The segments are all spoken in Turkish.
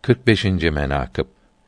45. menakıb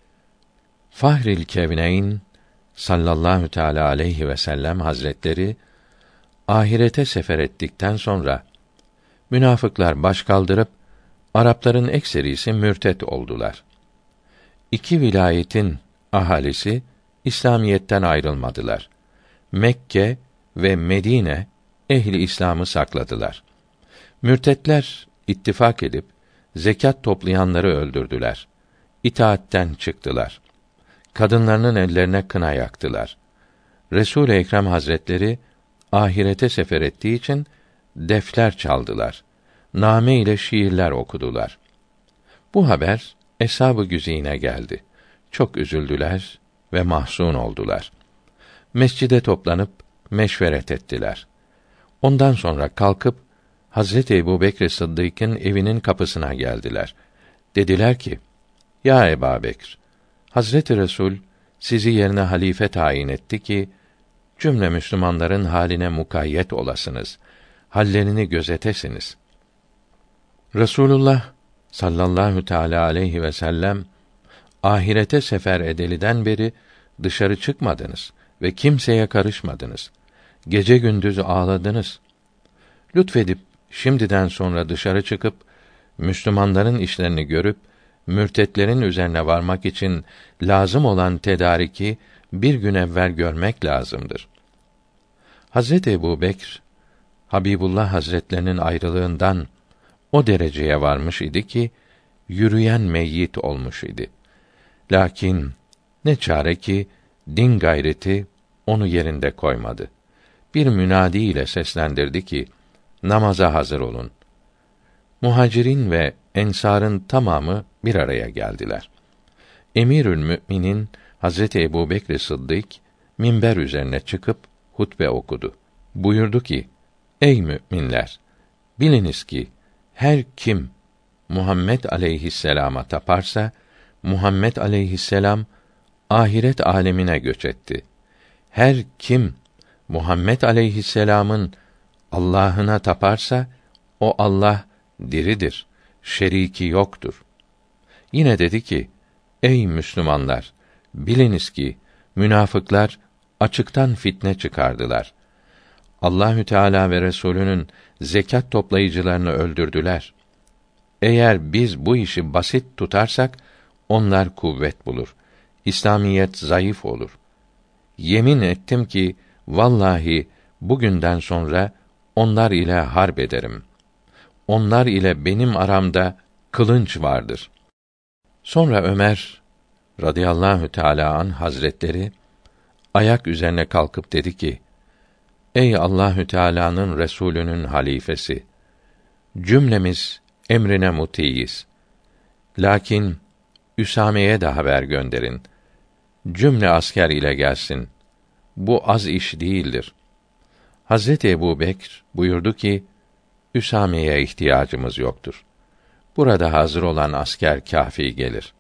Fahril Kevneyn sallallahu teala aleyhi ve sellem Hazretleri ahirete sefer ettikten sonra münafıklar baş kaldırıp Arapların ekserisi mürtet oldular. İki vilayetin ahalisi İslamiyetten ayrılmadılar. Mekke ve Medine ehli İslam'ı sakladılar. Mürtetler ittifak edip zekat toplayanları öldürdüler. İtaatten çıktılar. Kadınlarının ellerine kına yaktılar. Resul-i Ekrem Hazretleri ahirete sefer ettiği için defler çaldılar. Name ile şiirler okudular. Bu haber eshab-ı güzine geldi. Çok üzüldüler ve mahzun oldular. Mescide toplanıp meşveret ettiler. Ondan sonra kalkıp Hazreti Ebubekr Sıddık'ın evinin kapısına geldiler. Dediler ki: Ya Ebubekr, Hazreti Resul sizi yerine halife tayin etti ki cümle Müslümanların haline mukayyet olasınız. Hallerini gözetesiniz. Resulullah sallallahu teala aleyhi ve sellem ahirete sefer edeliden beri dışarı çıkmadınız ve kimseye karışmadınız. Gece gündüz ağladınız. Lütfedip şimdiden sonra dışarı çıkıp Müslümanların işlerini görüp mürtetlerin üzerine varmak için lazım olan tedariki bir gün evvel görmek lazımdır. Hazreti Ebubekr Habibullah Hazretlerinin ayrılığından o dereceye varmış idi ki yürüyen meyyit olmuş idi. Lakin ne çare ki din gayreti onu yerinde koymadı. Bir münadi ile seslendirdi ki namaza hazır olun. Muhacirin ve ensarın tamamı bir araya geldiler. Emirül Müminin Hazreti Ebubekr Sıddık minber üzerine çıkıp hutbe okudu. Buyurdu ki: Ey müminler! Biliniz ki her kim Muhammed aleyhisselama taparsa Muhammed aleyhisselam ahiret alemine göç etti. Her kim Muhammed aleyhisselamın Allah'ına taparsa o Allah diridir, şeriki yoktur. Yine dedi ki: Ey Müslümanlar! Biliniz ki münafıklar açıktan fitne çıkardılar. Allahü Teala ve Resulünün zekat toplayıcılarını öldürdüler. Eğer biz bu işi basit tutarsak onlar kuvvet bulur. İslamiyet zayıf olur. Yemin ettim ki vallahi bugünden sonra onlar ile harp ederim. Onlar ile benim aramda kılınç vardır. Sonra Ömer radıyallahu teâlâ anh Hazretleri ayak üzerine kalkıp dedi ki: Ey Allahü Teala'nın Resulünün halifesi! Cümlemiz emrine mutiyiz. Lakin Üsame'ye de haber gönderin. Cümle asker ile gelsin. Bu az iş değildir. Hazreti Ebubekr buyurdu ki: Üsame'ye ihtiyacımız yoktur. Burada hazır olan asker kâfi gelir.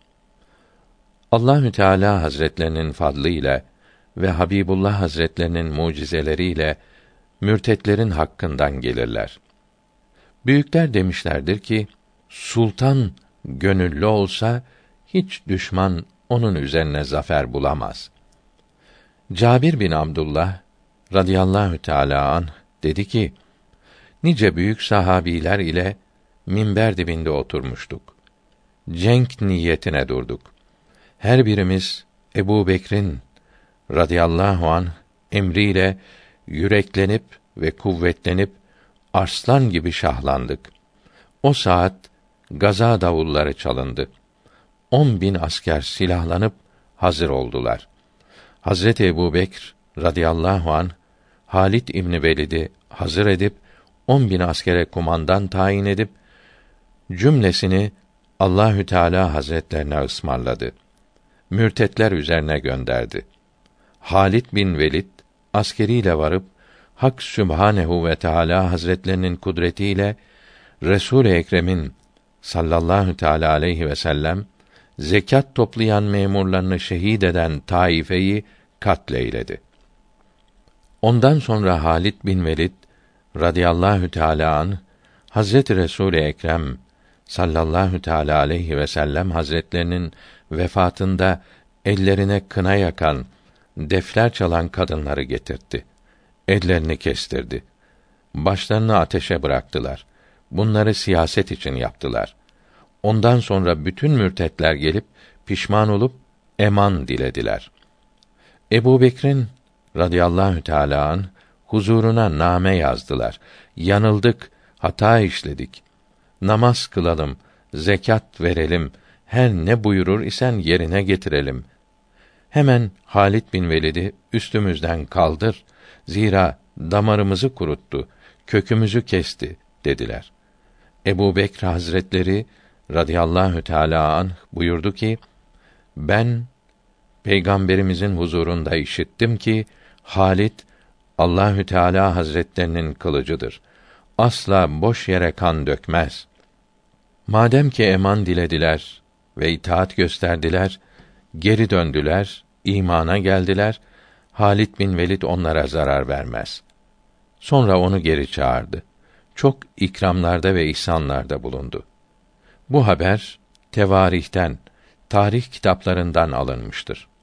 Allahü Teala Hazretlerinin fadlıyla ve Habibullah Hazretlerinin mucizeleriyle mürtetlerin hakkından gelirler. Büyükler demişlerdir ki sultan gönüllü olsa hiç düşman onun üzerine zafer bulamaz. Cabir bin Abdullah radıyallahu teâlâ anh dedi ki: Nice büyük sahabiler ile minber dibinde oturmuştuk. Cenk niyetine durduk. Her birimiz Ebubekir'in radıyallahu anh emriyle yüreklenip ve kuvvetlenip arslan gibi şahlandık. O saat gaza davulları çalındı. 10.000 asker silahlanıp hazır oldular. Hazreti Ebubekr radıyallahu anh Halid İbni Velid'i hazır edip 10.000 askere kumandan tayin edip cümlesini Allahü Teala Hazretlerine ısmarladı. Mürtetler üzerine gönderdi. Halid bin Velid askeriyle varıp Hak Sübhanehu ve Teala Hazretlerinin kudretiyle Resul-i Ekrem'in sallallahu teala aleyhi ve sellem zekat toplayan memurlarını şehit eden taifeyi katleyledi. Ondan sonra Halid bin Velid radıyallahu teala anh Hazreti Resul-i Ekrem sallallahu teâlâ aleyhi ve sellem hazretlerinin vefatında ellerine kına yakan, defler çalan kadınları getirtti. Ellerini kestirdi. Başlarını ateşe bıraktılar. Bunları siyaset için yaptılar. Ondan sonra bütün mürtetler gelip pişman olup eman dilediler. Ebubekir'in radıyallahu teâlâ anh huzuruna name yazdılar. Yanıldık, hata işledik. Namaz kılalım, zekat verelim, her ne buyurur isen yerine getirelim. Hemen Halid bin Velid'i üstümüzden kaldır, zira damarımızı kuruttu, kökümüzü kesti dediler. Ebubekir Hazretleri radıyallahu teâlâ anh buyurdu ki, ben Peygamberimizin huzurunda işittim ki Halid Allahü Teala Hazretlerinin kılıcıdır. Asla boş yere kan dökmez. Madem ki eman dilediler ve itaat gösterdiler, geri döndüler, imana geldiler. Halid bin Velid onlara zarar vermez. Sonra onu geri çağırdı. Çok ikramlarda ve ihsanlarda bulundu. Bu haber tevarihten, tarih kitaplarından alınmıştır.